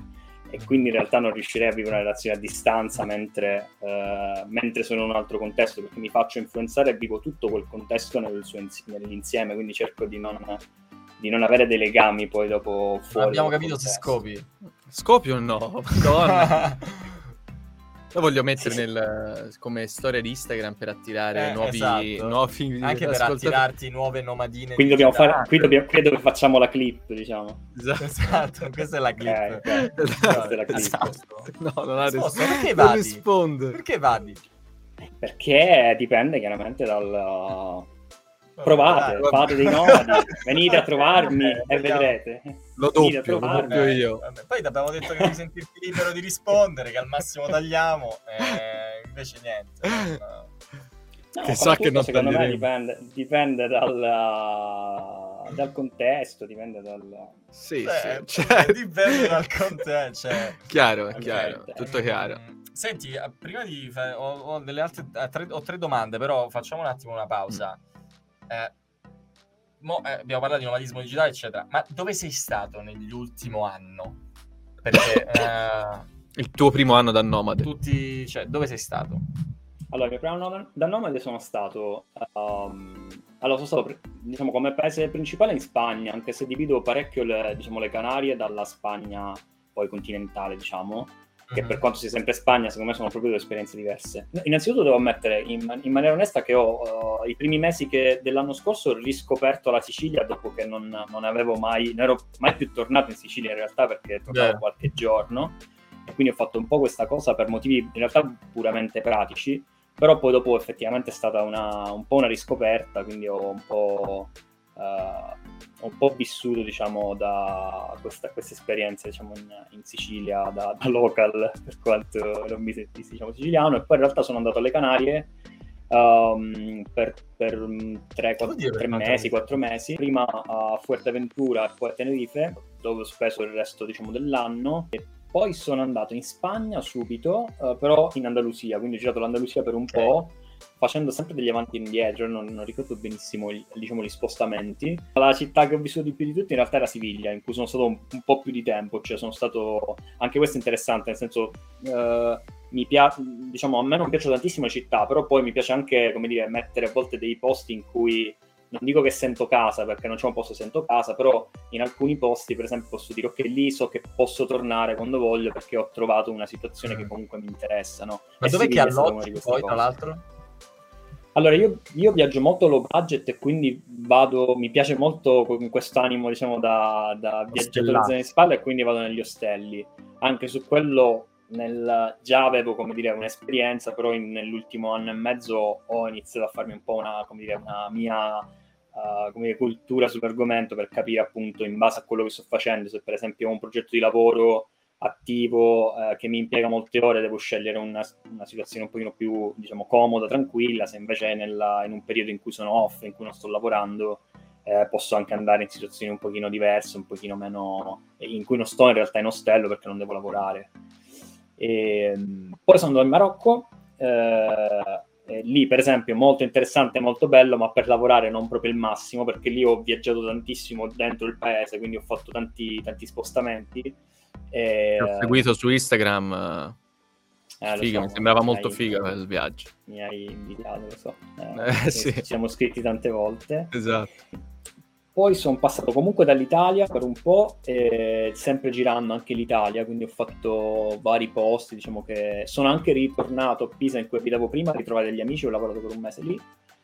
e quindi in realtà non riuscirei a vivere una relazione a distanza mentre, eh, mentre sono in un altro contesto, perché mi faccio influenzare e vivo tutto quel contesto nel suo ins- nell'insieme, quindi cerco di non, di non avere dei legami poi dopo fuori. Non abbiamo capito contesto. se scopi. Scopio o no? Madonna. Lo voglio mettere Sì, sì. nel, come storia di Instagram per attirare Eh, nuovi, esatto. nuovi Anche per ascoltatori. attirarti nuove nomadine. Quindi dobbiamo digitali. fare, qui, dobbiamo, qui è dove facciamo la clip, diciamo. Esatto. Esatto, questa è la clip. Ok, ok. Questa è la clip. Esatto. No, non ha Risposta, ris- perché non vadi? risponde. Perché vadi? Perché dipende chiaramente dal... Provate, Dai. fate dei nomadi, venite a trovarmi Eh, e vediamo. vedrete. Lo Venite a doppio, lo trovarmi. doppio io. Vabbè, poi ti abbiamo detto che devi sentirti libero di rispondere, che al massimo tagliamo, e invece niente. No. No, Che come sa che tutto, non secondo me taglieremo. dipende, dipende dal, dal contesto, dipende dal... Sì, Cioè, sì, certo. dipende dal contesto. Cioè. Chiaro, è Ok, chiaro, ok. tutto chiaro. Mm, Senti, eh, prima di fa- ho, ho delle altre eh, tre, ho tre domande, però facciamo un attimo una pausa. Eh, mo, eh, abbiamo parlato di nomadismo digitale, eccetera. Ma dove sei stato nell'ultimo anno? Perché eh, Il tuo primo anno da nomade. tutti, cioè, dove sei stato? Allora, il mio primo anno da nomade sono stato... Um, allora, sono stato, pre- diciamo, come paese principale in Spagna, anche se divido parecchio le, diciamo, le Canarie dalla Spagna poi continentale, diciamo, che per quanto sia sempre Spagna, secondo me sono proprio due esperienze diverse. Innanzitutto devo ammettere in, in maniera onesta che ho uh, i primi mesi che dell'anno scorso ho riscoperto la Sicilia dopo che non, non avevo mai, non ero mai più tornato in Sicilia in realtà, perché tornavo Beh. qualche giorno, e quindi ho fatto un po' questa cosa per motivi in realtà puramente pratici, però poi dopo effettivamente è stata una, un po' una riscoperta, quindi ho un po'... Uh, un po' vissuto, diciamo, da questa, questa esperienza, diciamo, in, in Sicilia da, da local, per quanto non mi sentissi, diciamo, siciliano, e poi in realtà sono andato alle Canarie um, per, per tre, quattro, dire per tre quanto mesi, tempo? quattro mesi, prima a Fuerteventura e poi a Tenerife, dove ho speso il resto, diciamo, dell'anno, e poi sono andato in Spagna subito, uh, però in Andalusia, quindi ho girato l'Andalusia per un Ok. po', facendo sempre degli avanti e indietro, non, non ricordo benissimo gli, diciamo, gli spostamenti. La città che ho vissuto di più di tutti in realtà era Siviglia, in cui sono stato un, un po' più di tempo, cioè sono stato, anche questo è interessante, nel senso, eh, mi piace, diciamo, a me non piacciono tantissimo le città, però poi mi piace anche, come dire, mettere a volte dei posti in cui, non dico che sento casa, perché non c'è un posto che sento casa, però in alcuni posti, per esempio, posso dire, ok, lì so che posso tornare quando voglio, perché ho trovato una situazione Mm. che comunque mi interessa, no? Ma E dov'è che Siviglia è stata una di alloggi queste poi, tra cose. l'altro? Allora, io, io viaggio molto low budget e quindi vado, mi piace molto con quest'animo, diciamo, da, da viaggiatore Ostellato. zaino di spalla, e quindi vado negli ostelli. Anche su quello nel, già avevo, come dire, un'esperienza, però in, nell'ultimo anno e mezzo ho iniziato a farmi un po' una, come dire, una mia uh, come dire, cultura sull'argomento, per capire appunto in base a quello che sto facendo, se per esempio ho un progetto di lavoro attivo eh, che mi impiega molte ore, devo scegliere una, una situazione un pochino più, diciamo, comoda, tranquilla. Se invece nella, in un periodo in cui sono off, in cui non sto lavorando, eh, posso anche andare in situazioni un pochino diverse, un pochino meno, in cui non sto in realtà in ostello perché non devo lavorare. E, poi sono andato in Marocco, eh, e lì per esempio molto interessante, molto bello, ma per lavorare non proprio il massimo, perché lì ho viaggiato tantissimo dentro il paese, quindi ho fatto tanti, tanti spostamenti. E, Ho seguito su Instagram, eh, lo figa, so, mi sembrava mi molto hai- figa quel viaggio. mi hai invitato, lo so. Eh, Eh, ci sì. siamo scritti tante volte. Esatto. Poi sono passato comunque dall'Italia per un po', eh, sempre girando anche l'Italia, quindi ho fatto vari posti, diciamo che sono anche ritornato a Pisa, in cui abitavo prima, a ritrovare degli amici, ho lavorato per un mese lì.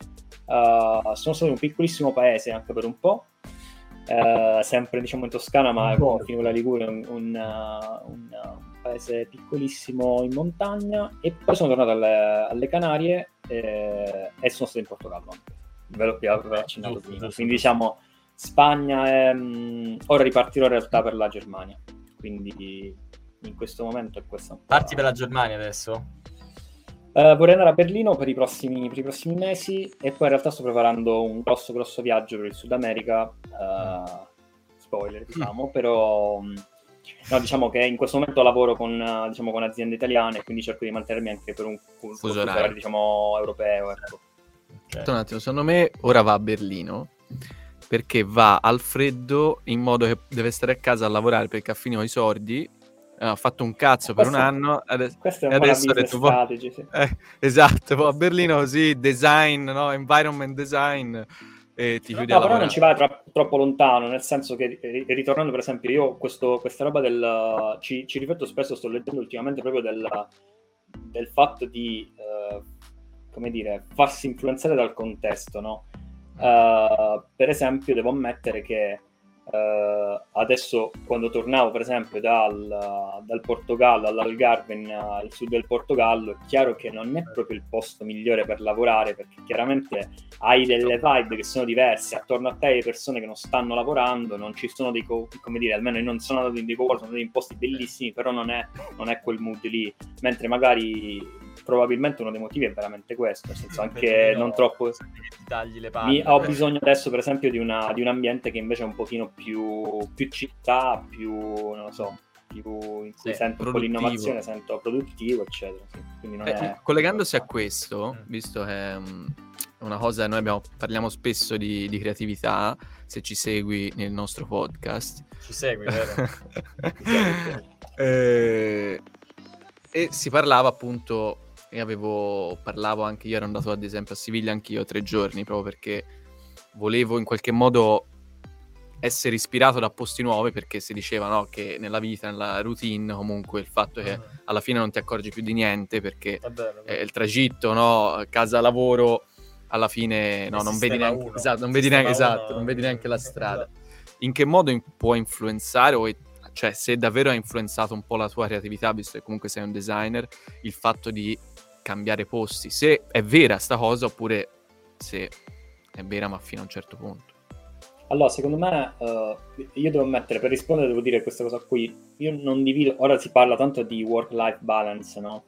Uh, sono stato in un piccolissimo paese anche per un po', uh, sempre diciamo in Toscana, ma Un po'. confine con la Liguria, un, un, uh, un, uh, un paese piccolissimo in montagna, e poi sono tornato alle, alle Canarie eh, e sono stato in Portogallo anche. Ve l'ho, ve l'ho accennato Giusto, prima. giusto, Quindi giusto. diciamo Spagna e, mh, ora ripartirò in realtà per la Germania, quindi in questo momento è questa un po' Parti la- per la Germania adesso? Eh, vorrei andare a Berlino per i prossimi, per i prossimi mesi, e poi in realtà sto preparando un grosso grosso viaggio per il Sud America, eh, spoiler diciamo, però mh, no, diciamo che in questo momento lavoro con, eh, diciamo, con aziende italiane, quindi cerco di mantenermi anche per un fuso Fuso orario, orario. diciamo, europeo, ecco. Ok. Un attimo, secondo me ora va a Berlino perché va al freddo, in modo che deve stare a casa a lavorare perché ha finito i soldi, ha fatto un cazzo per questo, un anno adesso, questo è un e buona adesso ha business detto strategy, sì. eh, esatto, a Berlino così design, no? Environment design, e ti chiudi no, a però lavorare. non ci vai tra- troppo lontano, nel senso che ri- ritornando per esempio io questo, questa roba del ci, ci rifletto spesso, sto leggendo ultimamente proprio del, del fatto di eh, come dire, farsi influenzare dal contesto, no? Uh, per esempio devo ammettere che uh, adesso quando tornavo per esempio dal, dal Portogallo all'Algarve nel sud del Portogallo, è chiaro che non è proprio il posto migliore per lavorare, perché chiaramente hai delle vibe che sono diverse, attorno a te hai persone che non stanno lavorando, non ci sono dei co- come dire, almeno io non sono andato in dei co- sono andato in posti bellissimi, però non è, non è quel mood lì, mentre magari probabilmente uno dei motivi è veramente questo, nel senso anche no, non troppo tagli le palle, mi, ho bisogno adesso per esempio di, una, di un ambiente che invece è un pochino più, più città, più non lo so, più in cui sì, sento un po' l'innovazione, sento produttivo eccetera, sì. Quindi non eh, è collegandosi a questo, Mm. visto che è um, una cosa, noi abbiamo, parliamo spesso di, di creatività, se ci segui nel nostro podcast ci segui, vero? eh, e si parlava appunto, e avevo parlavo anche io, ero andato ad esempio a Siviglia anch'io tre giorni, proprio perché volevo in qualche modo essere ispirato da posti nuovi, perché si diceva, no, che nella vita, nella routine, comunque il fatto che alla fine non ti accorgi più di niente, perché È vero, è vero. eh, il tragitto, no, casa lavoro, alla fine no, È non vedi sistema neanche, uno. esatto, non vedi Sistema neanche, esatto, uno, non vedi neanche la esatto. strada. In che modo in- può influenzare, o è- cioè se davvero ha influenzato un po' la tua creatività, visto che comunque sei un designer, il fatto di cambiare posti, se è vera sta cosa, oppure se è vera ma fino a un certo punto. Allora, secondo me, uh, io devo ammettere, per rispondere devo dire questa cosa qui, io non divido, ora si parla tanto di work-life balance, no?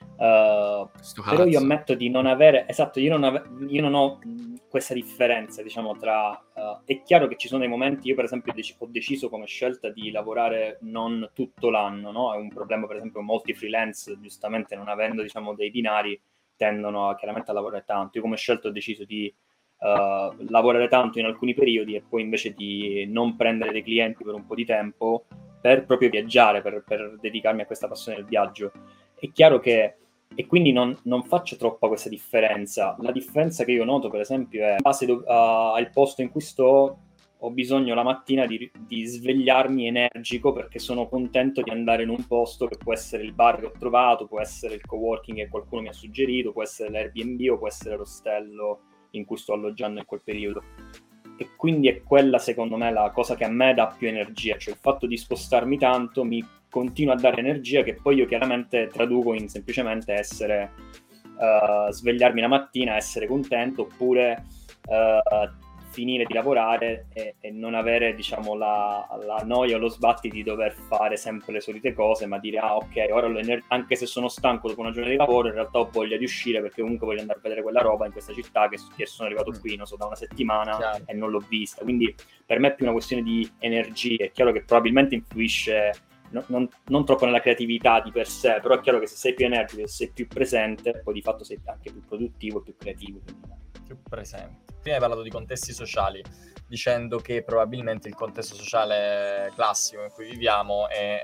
Uh, Sto però io cazzo. ammetto di non avere, esatto, io non, ave- io non ho mh, questa differenza, diciamo, tra... uh, è chiaro che ci sono dei momenti, io per esempio dec- ho deciso come scelta di lavorare non tutto l'anno, no? È un problema, per esempio, molti freelance, giustamente non avendo, diciamo, dei binari, tendono a, chiaramente a lavorare tanto. Io come scelta ho deciso di Uh, lavorare tanto in alcuni periodi e poi invece di non prendere dei clienti per un po' di tempo per proprio viaggiare, per, per dedicarmi a questa passione del viaggio. È chiaro che, e quindi non, non faccio troppa questa differenza. La differenza che io noto, per esempio, è in base do, uh, al posto in cui sto, ho bisogno la mattina di, di svegliarmi energico, perché sono contento di andare in un posto che può essere il bar che ho trovato, può essere il coworking che qualcuno mi ha suggerito, può essere l'Airbnb o può essere l'ostello in cui sto alloggiando in quel periodo. E quindi è quella, secondo me, la cosa che a me dà più energia, cioè il fatto di spostarmi tanto mi continua a dare energia, che poi io chiaramente traduco in semplicemente essere uh, svegliarmi la mattina, essere contento, oppure uh, finire di lavorare e, e non avere, diciamo, la, la noia o lo sbatti di dover fare sempre le solite cose, ma dire, ah ok, ora anche se sono stanco dopo una giornata di lavoro, in realtà ho voglia di uscire perché comunque voglio andare a vedere quella roba in questa città che, che sono arrivato qui, non so, da una settimana Chiaro. E non l'ho vista. Quindi per me è più una questione di energie. È chiaro che probabilmente influisce no, non, non troppo nella creatività di per sé, però è chiaro che se sei più energico, se sei più presente, poi di fatto sei anche più produttivo e più creativo. Più presente. Prima hai parlato di contesti sociali, dicendo che probabilmente il contesto sociale classico in cui viviamo è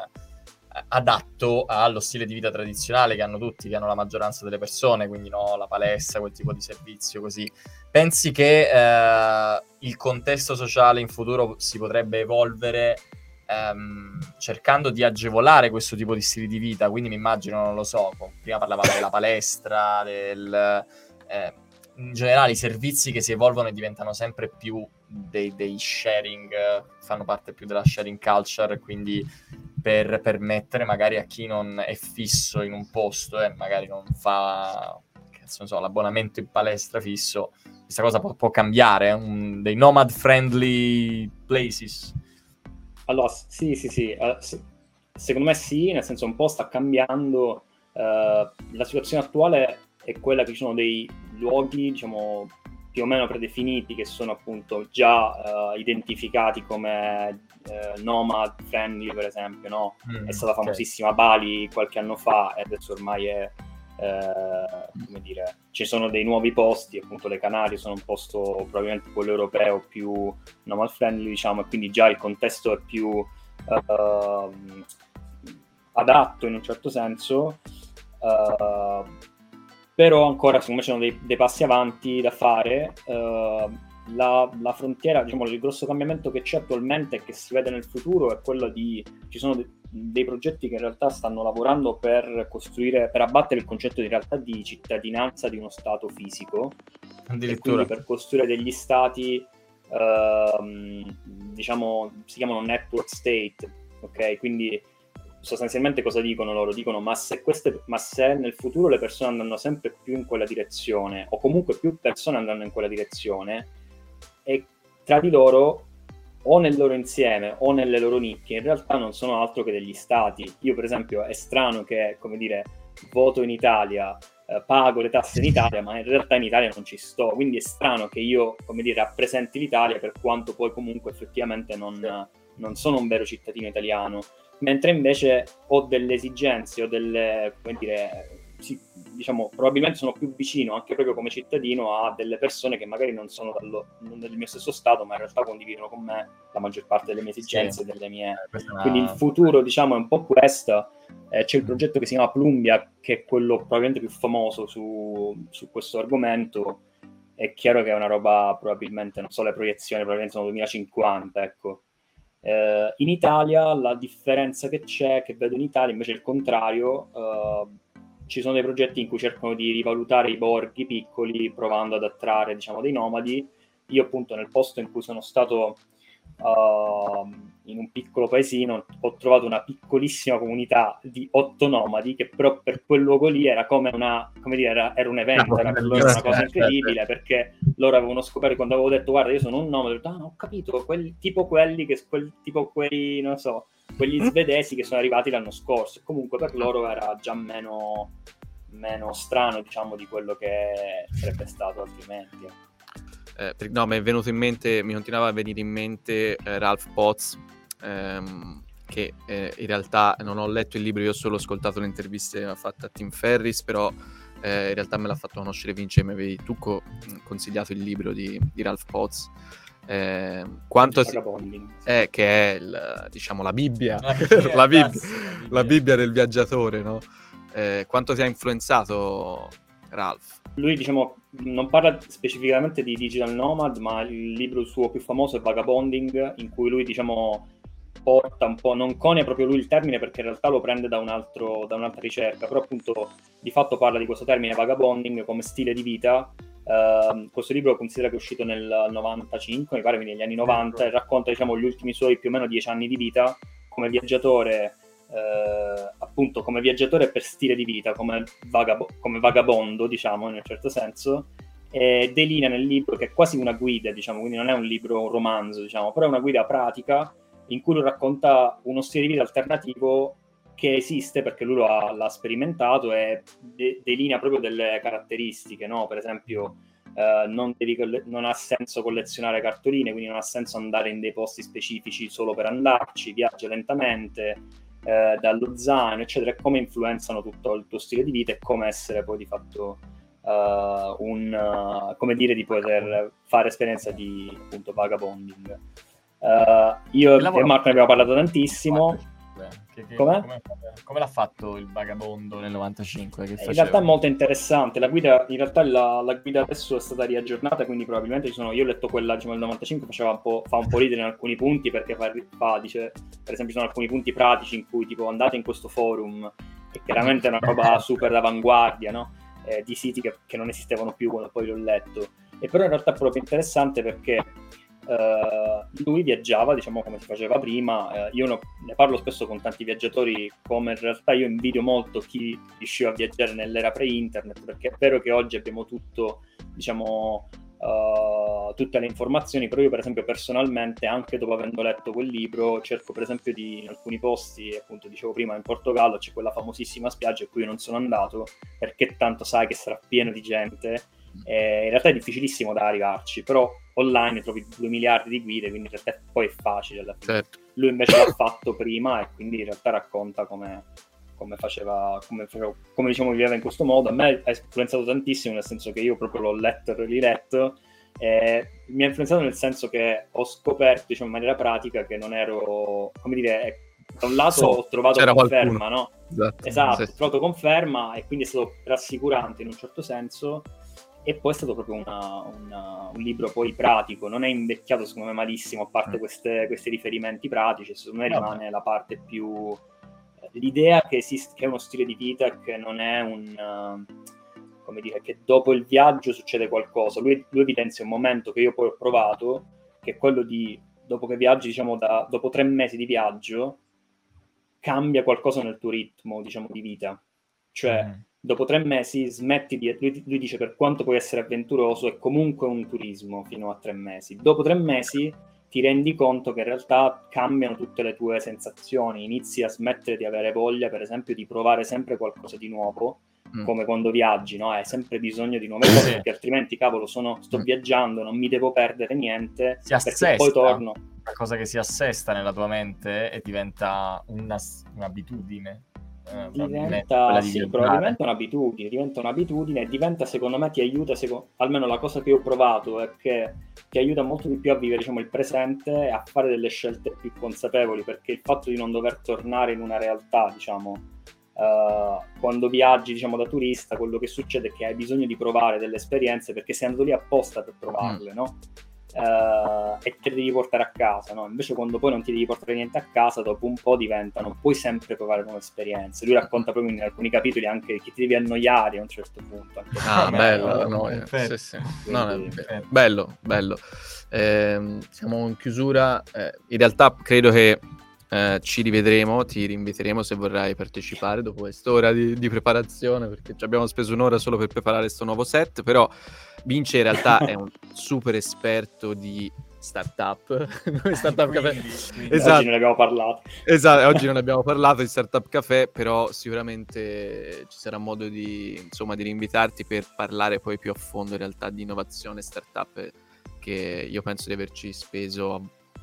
eh, adatto allo stile di vita tradizionale che hanno tutti, che hanno la maggioranza delle persone, quindi no, la palestra, quel tipo di servizio così. Pensi che eh, il contesto sociale in futuro si potrebbe evolvere ehm, cercando di agevolare questo tipo di stili di vita? Quindi mi immagino, non lo so, prima parlavamo della palestra, del... Eh, in generale i servizi che si evolvono e diventano sempre più dei, dei sharing, fanno parte più della sharing culture, quindi per permettere magari a chi non è fisso in un posto e eh, magari non fa, cazzo ne so, l'abbonamento in palestra fisso, questa cosa può, può cambiare, un, dei nomad friendly places. Allora, sì, sì, sì, uh, sì, secondo me sì, nel senso un po' sta cambiando, uh, la situazione attuale è quella che ci sono dei luoghi, diciamo, più o meno predefiniti, che sono appunto già uh, identificati come uh, nomad friendly, per esempio, no? Mm, è stata famosissima okay. Bali qualche anno fa e adesso ormai è, uh, come dire, ci sono dei nuovi posti, appunto le Canarie sono un posto probabilmente quello europeo più nomad friendly, diciamo, e quindi già il contesto è più... Uh, adatto in un certo senso, uh, però ancora secondo me ci sono dei, dei passi avanti da fare. Uh, la, la frontiera, diciamo, il grosso cambiamento che c'è attualmente e che si vede nel futuro è quello di, ci sono de, dei progetti che in realtà stanno lavorando per costruire, per abbattere il concetto di realtà di cittadinanza di uno stato fisico, e quindi per costruire degli stati, uh, diciamo, si chiamano network state, ok? Quindi sostanzialmente cosa dicono loro? Dicono ma se, queste, ma se nel futuro le persone andranno sempre più in quella direzione, o comunque più persone andranno in quella direzione, e tra di loro, o nel loro insieme o nelle loro nicchie, in realtà non sono altro che degli stati. Io per esempio è strano che, come dire, voto in Italia, eh, pago le tasse in Italia, ma in realtà in Italia non ci sto, quindi è strano che io, come dire, rappresenti l'Italia per quanto poi comunque effettivamente non, non sono un vero cittadino italiano, mentre invece ho delle esigenze o delle, come dire, sì, diciamo, probabilmente sono più vicino anche proprio come cittadino a delle persone che magari non sono dallo, non del mio stesso stato, ma in realtà condividono con me la maggior parte delle mie esigenze, sì, delle mie... Una... Quindi il futuro, diciamo, è un po' questo. Eh, c'è il progetto che si chiama Plumbia, che è quello probabilmente più famoso su, su questo argomento. È chiaro che è una roba, probabilmente, non so, le proiezioni probabilmente sono duemilacinquanta, ecco. Eh, in Italia la differenza che c'è, che vedo in Italia invece è il contrario. eh, ci sono dei progetti in cui cercano di rivalutare i borghi piccoli provando ad attrarre, diciamo, dei nomadi. Io appunto nel posto in cui sono stato, uh, in un piccolo paesino, ho trovato una piccolissima comunità di otto nomadi che però per quel luogo lì era come una, come dire, era, era un evento, era per loro una cosa incredibile, perché loro avevano scoperto, quando avevo detto guarda io sono un nomade, ho detto ah ho capito, quelli, tipo quelli che, quel, tipo quei, non so, quegli svedesi che sono arrivati l'anno scorso. Comunque per loro era già meno, meno strano, diciamo, di quello che sarebbe stato altrimenti. Eh, per, no, mi è venuto in mente, mi continuava a venire in mente eh, Ralph Potts, ehm, che eh, in realtà non ho letto il libro, io ho solo ascoltato le interviste fatte a Tim Ferriss, però eh, in realtà me l'ha fatto conoscere Vince, mi avevi tu co- consigliato il libro di, di Ralph Potts. Eh, quanto si... eh, che è il, diciamo la Bibbia la Bibbia, la, Bibbia, Bibbia. la Bibbia del viaggiatore, no? Eh, quanto ti ha influenzato Ralph? Lui, diciamo, non parla specificamente di digital nomad, ma il libro suo più famoso è Vagabonding, in cui lui, diciamo, porta un po', non conia proprio lui il termine perché in realtà lo prende da un altro, da un'altra ricerca, però appunto di fatto parla di questo termine vagabonding come stile di vita. Uh, questo libro considera che è uscito nel novantacinque, mi pare, quindi negli anni novanta, e racconta, diciamo, gli ultimi suoi più o meno dieci anni di vita come viaggiatore, uh, appunto come viaggiatore per stile di vita, come, vagab- come vagabondo, diciamo, in un certo senso, e delinea nel libro, che è quasi una guida, diciamo, quindi non è un libro, un romanzo, diciamo, però è una guida pratica in cui lui racconta uno stile di vita alternativo che esiste perché lui lo ha, l'ha sperimentato e de- delinea proprio delle caratteristiche, no? Per esempio eh, non, devi coll- non ha senso collezionare cartoline, quindi non ha senso andare in dei posti specifici solo per andarci, viaggia lentamente, eh, dallo zaino, eccetera, e come influenzano tutto il tuo stile di vita e come essere poi di fatto uh, un, uh, come dire, di poter fare esperienza di appunto vagabonding. Uh, io e Marco ne abbiamo parlato tantissimo. Che, che, come? Come, come l'ha fatto il vagabondo nel novantacinque? Che in realtà è molto interessante. La guida, in realtà la, la guida adesso è stata riaggiornata, quindi probabilmente ci sono. Io ho letto quella, diciamo, del novantacinque, faceva un po', fa un po' ridere in alcuni punti perché fa, fa dice, per esempio, ci sono alcuni punti pratici in cui tipo andate in questo forum, e chiaramente è una roba super d'avanguardia, no? Eh, di siti che, che non esistevano più quando poi l'ho letto. E però in realtà è proprio interessante perché Uh, lui viaggiava, diciamo, come si faceva prima. Uh, io no, ne parlo spesso con tanti viaggiatori, come in realtà io invidio molto chi riusciva a viaggiare nell'era pre-internet, perché è vero che oggi abbiamo tutto, diciamo, uh, tutte le informazioni, però io per esempio personalmente, anche dopo avendo letto quel libro, cerco per esempio di, in alcuni posti, appunto dicevo prima in Portogallo c'è quella famosissima spiaggia a cui io non sono andato, perché tanto sai che sarà pieno di gente. Eh, in realtà è difficilissimo da arrivarci, però online trovi due miliardi di guide, quindi in realtà poi è facile alla fine. Certo. Lui invece l'ha fatto prima e quindi in realtà racconta come, come faceva, come, faceva, come diciamo viveva in questo modo. A me ha influenzato tantissimo, nel senso che io proprio l'ho letto e riletto, e mi ha influenzato nel senso che ho scoperto, diciamo, in maniera pratica che non ero, come dire, Da un lato So, ho trovato c'era conferma, qualcuno. no? Esatto, Esatto, sì. ho trovato conferma e quindi è stato rassicurante in un certo senso, e poi è stato proprio una, una, un libro poi pratico, non è invecchiato secondo me malissimo, a parte Mm. queste, questi riferimenti pratici, secondo me Vabbè. rimane la parte più... l'idea che, esiste, che è uno stile di vita e che non è un... Uh, come dire, che dopo il viaggio succede qualcosa. Lui, lui evidenzia un momento che io poi ho provato, che è quello di, dopo che viaggi, diciamo, da, dopo tre mesi di viaggio, cambia qualcosa nel tuo ritmo, diciamo, di vita. Cioè, Mm. dopo tre mesi smetti di... Lui, lui dice, per quanto puoi essere avventuroso, è comunque un turismo fino a tre mesi. Dopo tre mesi ti rendi conto che in realtà cambiano tutte le tue sensazioni, inizi a smettere di avere voglia, per esempio, di provare sempre qualcosa di nuovo, mm. come quando viaggi, no? Hai sempre bisogno di nuove cose, sì. Perché altrimenti, cavolo, sono, sto mm. viaggiando, non mi devo perdere niente, si perché assesta, poi torno. Qualcosa che si assesta nella tua mente e diventa una, un'abitudine. Eh, diventa sì, probabilmente un'abitudine, diventa un'abitudine e diventa, secondo me, ti aiuta, secondo, almeno la cosa che io ho provato è che ti aiuta molto di più a vivere, diciamo, il presente e a fare delle scelte più consapevoli, perché il fatto di non dover tornare in una realtà, diciamo, uh, quando viaggi, diciamo, da turista, quello che succede è che hai bisogno di provare delle esperienze perché sei andato lì apposta per provarle, mm. no? Uh, e te le devi portare a casa, no? Invece quando poi non ti devi portare niente a casa, dopo un po' diventano, puoi sempre provare nuove esperienze. Lui racconta proprio in alcuni capitoli anche che ti devi annoiare a un certo punto. Anche ah, bello, no, no, sì, sì. No, no, bello, bello. Eh, siamo in chiusura. Eh, in realtà credo che eh, ci rivedremo, ti rinviteremo se vorrai partecipare dopo quest'ora di, di preparazione, perché ci abbiamo speso un'ora solo per preparare questo nuovo set, però Vince in realtà è un super esperto di startup. startup quindi, Café. Quindi esatto. Oggi non ne abbiamo parlato. Esatto, oggi non abbiamo parlato di Startup Café, però sicuramente ci sarà modo di, insomma, di rinvitarti per parlare poi più a fondo in realtà di innovazione startup, che io penso di averci speso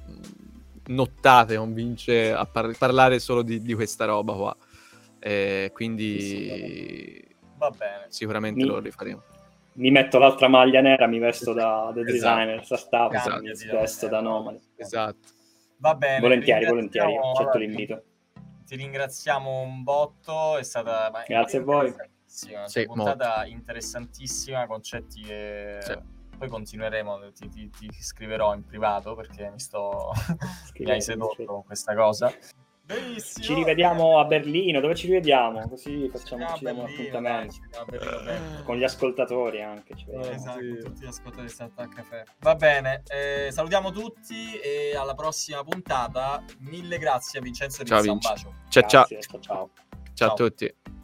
nottate con Vince a par- parlare solo di, di questa roba qua. Eh, quindi sì, sì, va bene. Sicuramente mi... lo rifaremo. Mi metto l'altra maglia nera, mi vesto da, da designer, esatto. startup, esatto. mi vesto da nomade. Esatto. Va bene. Volentieri, volentieri, accetto l'invito. Ti ringraziamo un botto, è stata... Grazie a voi. Una sì, puntata molto. Interessantissima, concetti che... Sì. Poi continueremo, ti, ti, ti scriverò in privato perché mi sto... mi hai sedotto con questa cosa. Benissimo. Ci rivediamo a Berlino, dove ci rivediamo? Così facciamo ci diamo un appuntamento. Berlino, con gli ascoltatori anche. Ci eh, esatto, sì. Con tutti gli ascoltatori di Startup Café. Va bene, eh, salutiamo tutti e alla prossima puntata. Mille grazie a Vincenzo Rizza, un bacio. Ciao, grazie, ciao. Ciao, ciao a tutti.